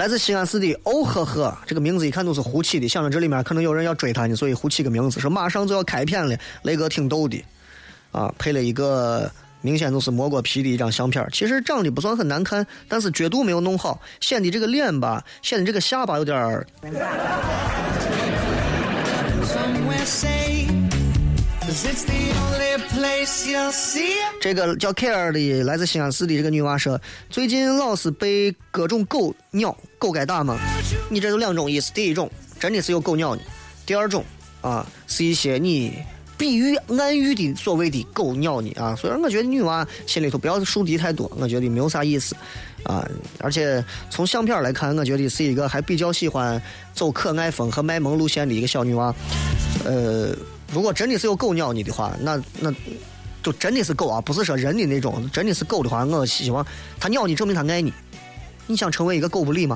来自西安市的欧呵呵，这个名字一看都是胡起的，想着这里面可能有人要追他呢，所以胡起个名字，说马上就要开片了，雷哥挺逗的啊，配了一个明显都是磨过皮的一张相片，其实长得不算很难看，但是角度没有弄好，显得这个脸吧，显得这个下巴有点儿。这个叫 Care 的来自西安市的这个女娃说，最近老是被各种狗咬，狗该打吗？你这有两种意思，第一种真的是有狗咬你，第二种啊是一些你比喻暗喻的所谓的狗咬你啊，所以我觉得女娃心里头不要树敌太多，我觉得没有啥意思啊。而且从相片来看，我觉得是一个还比较喜欢走可爱风和卖萌路线的一个小女娃。如果真的是有狗咬你的话，那就真的是狗啊，不是说人的那种，真的是狗的话，我希望它咬你，证明它爱你。你想成为一个狗不理吗？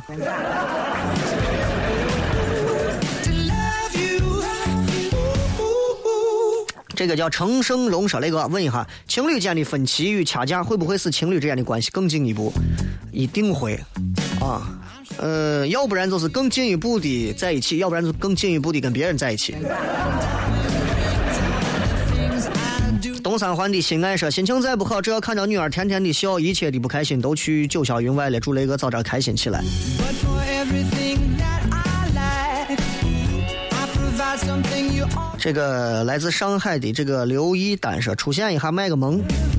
这个叫程生荣说，雷哥问一下，情侣间的分歧与掐架会不会使情侣之间的关系更进一步？一定会啊。要不然就是更进一步的在一起，要不然就更进一步的跟别人在一起。东三环的心爱说，心情再不好，只要看到女儿甜甜的笑，一切的不开心都去九霄云外了。祝雷哥早点开心起来。这个来自上海的这个刘一丹说，出现一下卖个萌。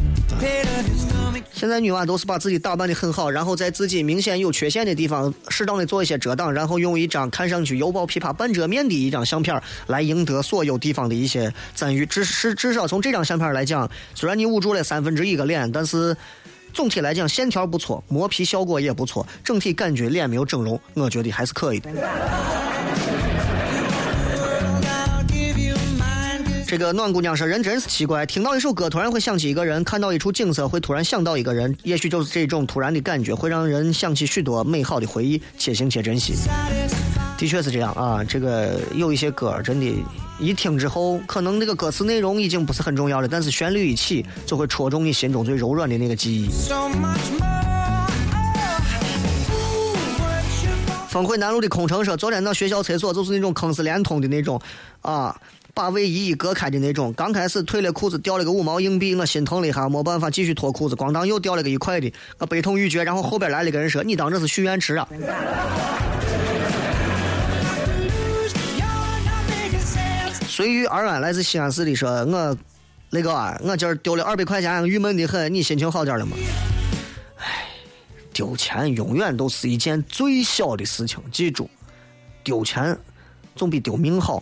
现在女娃都是把自己打扮得很好，然后在自己明显有缺陷的地方适当的做一些遮挡，然后用一张看上去犹抱琵琶半遮面的一张相片来赢得所有地方的一些赞誉。至少从这张相片来讲，虽然你捂住了1/3个脸，但是总体来讲线条不错，磨皮效果也不错，整体感觉脸没有整容，我觉得还是可以的。这个暖姑娘说，人真是奇怪，听到一首歌突然会想起一个人，看到一处景色会突然想到一个人，也许就是这种突然的感觉会让人想起许多美好的回忆，且行且珍惜。的确是这样啊，这个有一些歌真的一听之后，可能那个歌词内容已经不是很重要了，但是旋律一起就会戳中你心中最柔软的那个记忆。丰汇南路的空乘说，昨天到学校厕所就是那种坑是连通的那种啊，把卫衣隔开的那种，刚开始退了裤子掉了个5毛硬币，我心疼了一下，没办法继续脱裤子，咣当又掉了个1块的，我悲痛欲绝，然后后边来了个人说，你当这是许愿池啊。随遇而安来自西安市的说，我那个啊，我今儿丢了200块钱，郁闷的很，你心情好点了吗？唉，丢钱永远都是一件最小的事情，记住，丢钱总比丢命好。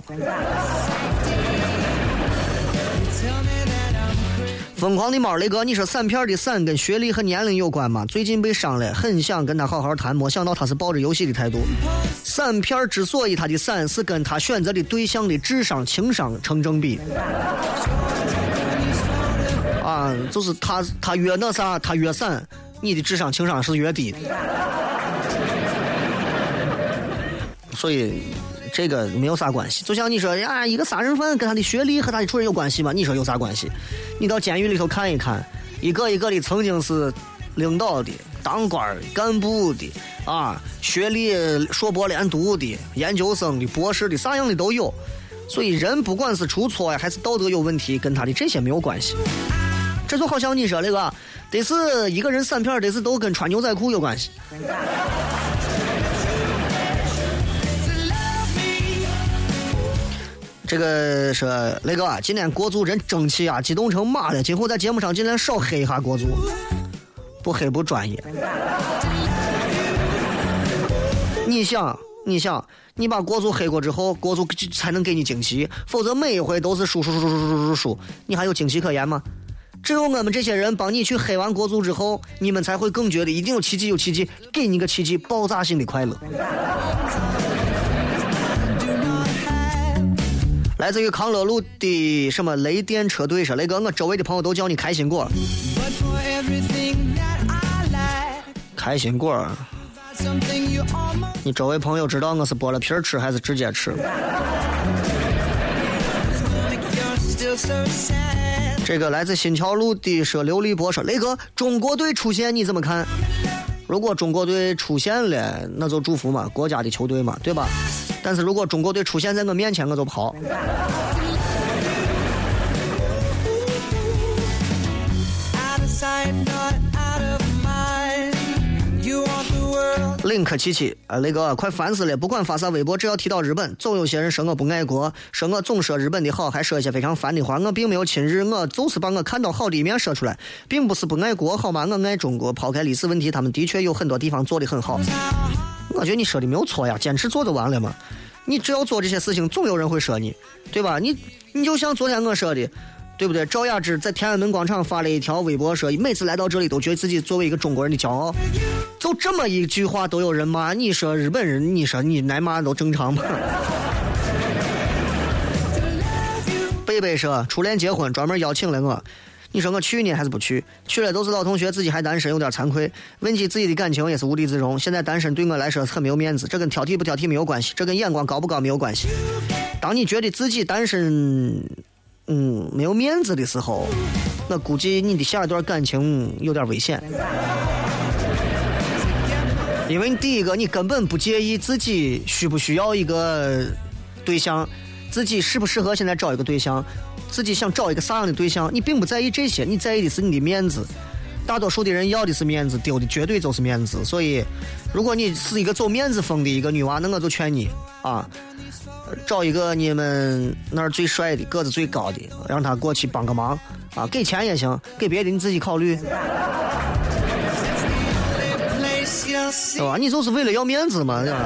疯狂的猫雷哥，你说散片的散跟学历和年龄有关吗？最近被伤了，很想跟他好好谈，没想到他是抱着游戏的态度。散片之所以他的散是跟他选择的对象的智商情商成正比啊，就是他越那啥他越散，你的智商情商是越低的，所以这个没有啥关系。就像你说呀，一个杀人犯跟他的学历和他的出身有关系吗？你说有啥关系？你到监狱里头看一看，一个一个的曾经是领导的、当官干部的啊，学历硕博连读的、研究生的、博士的，啥样的都有。所以人不管是出错呀，还是道德有问题，跟他的这些没有关系。这就好像你说那个，得是一个人散片，得是都跟穿牛仔裤有关系。这个是那个今天国足真争气啊，激动成马了，今后在节目上尽量少黑一下国足，不黑不专业。你想你把国足黑过之后，国足才能给你惊奇，否则每一回都是输，你还有惊奇可言吗？只有我们这些人帮你去黑完国足之后，你们才会更觉得一定有奇迹，有奇迹，给你个奇迹，爆炸性的快乐。来自于康乐路的什么雷电车队说，雷哥，我周围的朋友都叫你开心果。开心果，你周围朋友知道我是剥了皮儿吃还是直接吃？这个来自新桥路的说，刘立波说，雷哥，中国队出现你怎么看？ 如果中国队出现了，那就祝福嘛，国家的球队嘛，对吧？但是如果中国队出现在我面前，我就跑。link 77那个快烦死了，不管发啥微博，只要提到日本，总有些人说我不爱国，说我总说日本的好，还说一些非常烦的话。我并没有亲日，我就是把我看到好的一面说出来，并不是不爱国，好吗？我爱中国。抛开历史问题，他们的确有很多地方做得很好。我觉得你说的没有错呀，坚持做就完了嘛。你只要做这些事情，总有人会说你，对吧？你就像昨天我说的，对不对？赵雅芝在天安门广场发了一条微博说，每次来到这里都觉得自己作为一个中国人的骄傲。就这么一句话都有人骂，你说日本人，你说你挨骂都正常吗？贝贝说初恋结婚专门邀请了我，你说我去呢还是不去？去了都是老同学，自己还单身，有点惭愧。问起自己的感情也是无地自容。现在单身对我来说很没有面子，这跟挑剔不挑剔没有关系，这跟眼光高不高没有关系。当你觉得自己单身没有面子的时候，我估计你的下一段感情有点危险。因为第一个，你根本不介意自己需不需要一个对象，自己适不适合现在找一个对象，自己想找一个啥样的对象，你并不在意这些，你在意的是你的面子。大多数的人要的是面子，丢的绝对就是面子。所以如果你是一个走面子风的一个女娃，那我就劝你啊，找一个你们那儿最帅的，个子最高的，让他过去帮个忙啊，给钱也行，给别的你自己考虑，对吧？你就是为了要面子嘛，对吧？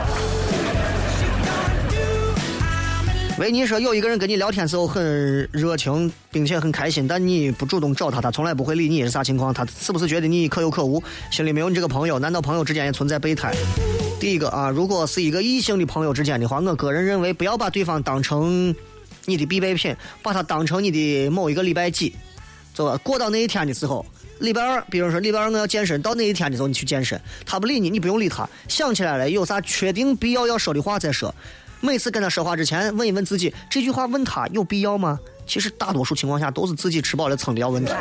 维尼说有一个人跟你聊天时候很热情并且很开心，但你不主动找他，他从来不会理你，是啥情况？他是不是觉得你可有可无，心里没有你这个朋友？难道朋友之间也存在备胎？第一个啊，如果是一个异性的朋友之间的话，我个人认为不要把对方当成你的必备品，把他当成你的某一个礼拜几，走吧？过到那一天的时候，礼拜二，比如说礼拜二我要健身，到那一天的时候你去健身，他不理你，你不用理他，想起来了有啥确定必要说的话再说。每次跟他说话之前问一问自己，这句话问他有必要吗？其实大多数情况下都是自己吃饱了撑的要问题。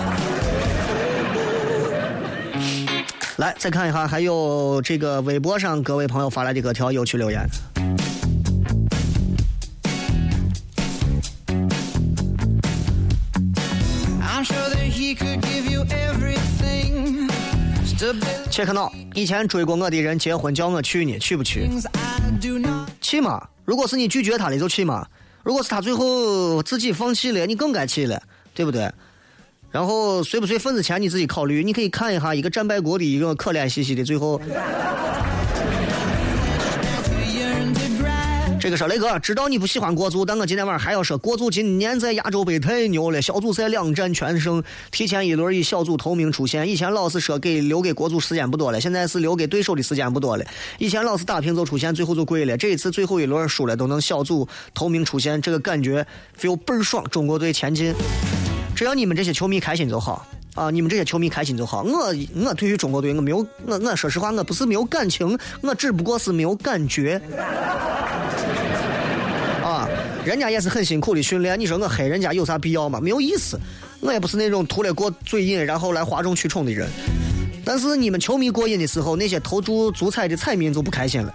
来再看一下，还有这个微博上各位朋友发来的各条有趣留言。切克闹，以前追过我的人结婚叫我去呢，去不去？去嘛！如果是你拒绝他的就去嘛，如果是他最后自己放弃了，你更该去了，对不对？然后随不随份子钱你自己考虑，你可以看一下一个战败国的一个可怜兮兮的最后。这个说雷哥，知道你不喜欢国足，但我今天晚上还要说，国足今年在亚洲杯太牛了，小组赛2战全胜，提前一轮以小组头名出现。以前老是说留给国足时间不多了，现在是留给对手的时间不多了。以前老是打平就出现，最后就跪了，这一次最后一轮输了都能小组头名出现，这个感觉 feel 倍儿爽。中国队前进，只要你们这些球迷开心就好啊！你们这些球迷开心就好。我对于中国队我没有我说实话，我不是没有感情，我只不过是没有感觉。人家也是很辛苦的训练，你说我黑人家有啥必要吗？没有意思。我也不是那种图了过嘴瘾然后来哗众取宠的人。但是你们球迷过瘾的时候，那些投注足彩的彩民就不开心了。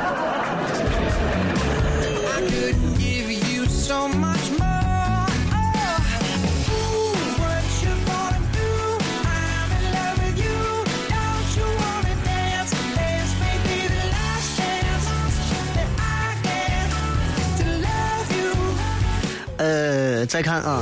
再看啊，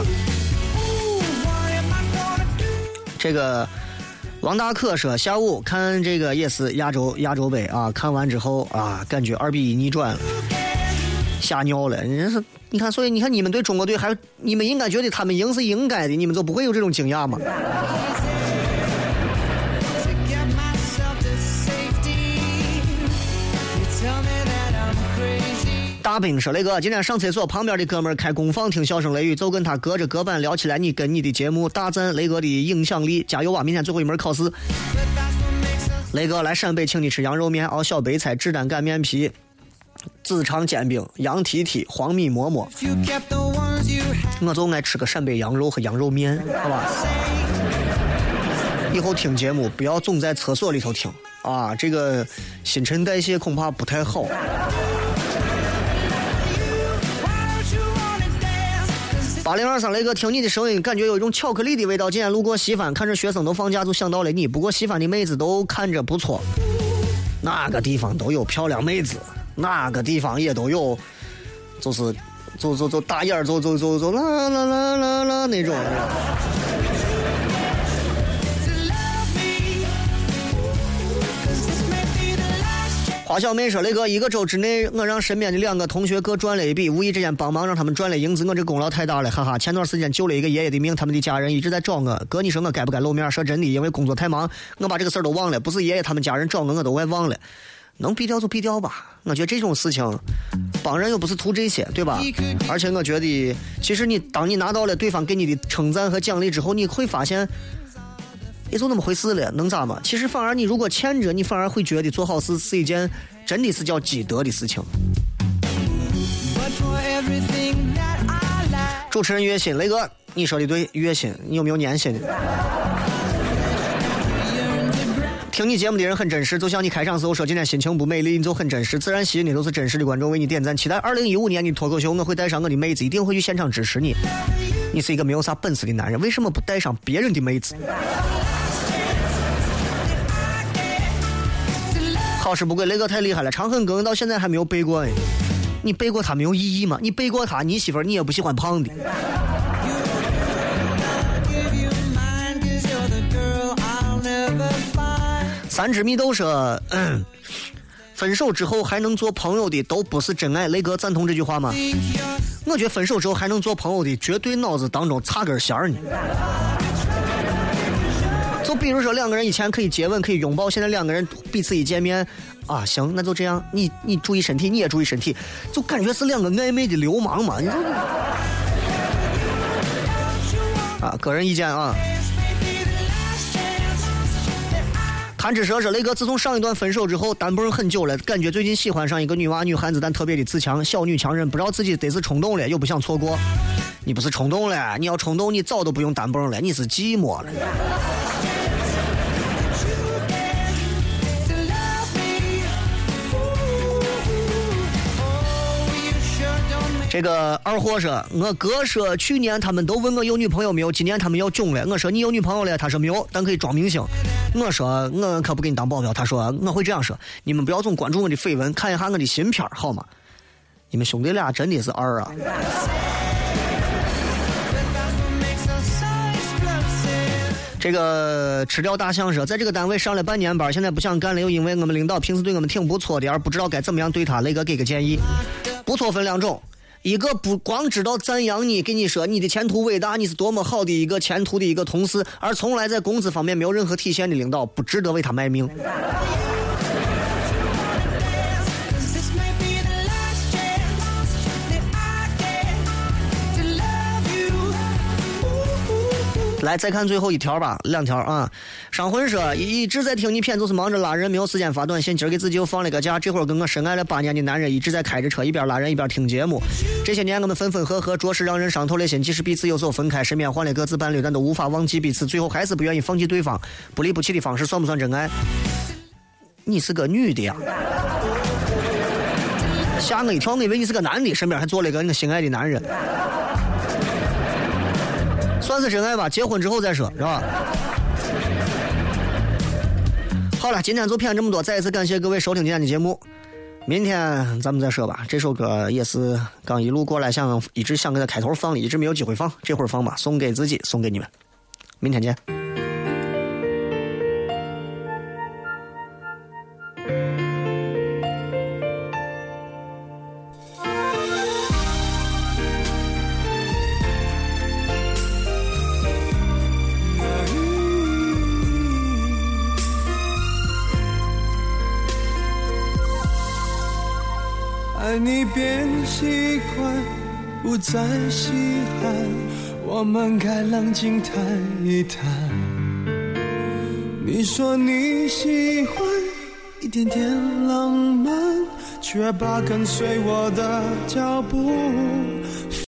这个王大可说下午看这个也是亚洲杯啊，看完之后啊，感觉2-1逆转了，吓尿了。你看，所以你看你们对中国队你们应该觉得他们赢是应该的，你们就不会有这种惊讶吗？大兵说雷哥，今天上厕所旁边的哥们儿开功放听笑声雷雨，就跟他隔着隔板聊起来你跟你的节目，大赞雷哥的影响力，加油啊！明天最后一门考试，雷哥来陕北请你吃羊肉面，熬小白菜，炙蛋擀面皮，紫肠煎饼，羊蹄蹄，黄米馍馍，我就爱吃个陕北羊肉和羊肉面，好吧？ 以后听节目不要总在厕所里头听啊，这个新陈代谢恐怕不太好。8023雷哥，听你的声音，感觉有一种巧克力的味道。今天路过西番，看着学生都放假，就想到了你。不过西番的妹子都看着不错，哪个地方都有漂亮妹子，哪个地方也都有，就是走大眼走啦啦啦啦啦那种。花小妹说：“雷哥，一个周之内，我让身边的2个同学各赚了一笔，无意之间帮忙让他们赚了银子，我这功劳太大了，哈哈！前段时间救了一个爷爷的命，他们的家人一直在找我，哥，你说我该不该露面？说真的，因为工作太忙，我把这个事儿都忘了，不是爷爷他们家人找我都快忘了。能避掉就避掉吧，我觉得这种事情，帮人又不是图这些，对吧？而且我觉得，其实当你拿到了对方给你的称赞和奖励之后，你会发现。”也就那么回事了，能咋嘛？其实反而你如果欠着，你反而会觉得做好事是一件真的是叫积德的事情。主持人月薪，雷哥，你说的对，月薪，你有没有年薪？听你节目的人很真实，就像你开场时候说今天心情不美丽，你就很真实，自然吸引的都是真实的观众为你点赞。期待2015年你脱口秀，我会带上我的妹子，一定会去现场支持你。你是一个没有啥本事的男人，为什么不带上别人的妹子？考试不归，雷哥太厉害了，长恨歌到现在还没有背过。你背过它没有意义吗？你背过它，你媳妇儿你也不喜欢胖的。三只蜜豆说，分手之后还能做朋友的都不是真爱。雷哥赞同这句话吗？我觉得分手之后还能做朋友的绝对脑子当中插根弦儿呢。就比如说2个人以前可以接吻可以拥抱，现在2个人彼此一见面啊，行，那就这样，你注意身体，你也注意身体，就感觉是2个暧昧的流氓嘛。你啊，个人意见啊。谭志蛇说，雷哥自从上一段分手之后单蹦很久了，感觉最近喜欢上一个女娃女汉子，但特别的自强，小女强人，不知道自己得是冲动了又不想错过。你不是冲动了，你要冲动你早都不用单蹦了，你是寂寞了。这个二货说，我哥说去年他们都问我有女朋友没有，今年他们要囧了。我说你有女朋友了，他说没有，但可以装明星。我说我可不给你当保镖。他说我会这样说，你们不要总关注我的绯闻，看一下我的新片好吗？你们兄弟俩真的是二啊。这个吃掉大象说，在这个单位上了半年班，现在不想干了，又因为我们领导平时对我们挺不错的，而不知道该怎么样对他。雷哥给个建议，不错分2种，一个不光知道赞扬你，跟你说你的前途伟大，你是多么好的一个前途的一个同事，而从来在工资方面没有任何体现的领导，不值得为他卖命。来，再看最后一条吧，2条啊。上魂说，一直在听你片，就是忙着拉人，没有时间发短信。今儿给自己又放了个假，这会儿跟我深爱了8年的男人一直在开着车，一边拉人一边听节目。这些年我们分分合合，着实让人伤透了心。即使彼此有所分开，身边换了各自伴侣，但都无法忘记彼此，最后还是不愿意放弃对方。不离不弃的方式算不算真爱？你是个女的呀，吓我一跳，我以为你是个男的，身边还坐了一个你心爱的男人。算是真爱吧，结婚之后再说，是吧？好了，今天就骗这么多，再一次感谢各位收听今天的节目。明天咱们再说吧。这首歌也是刚一路过来一直想给他开头放的，一直没有机会放，这会儿放吧，送给自己，送给你们。明天见。 爱你变习惯，不再稀罕，我们该冷静谈一谈。你说你喜欢一点点浪漫，却把跟随我的脚步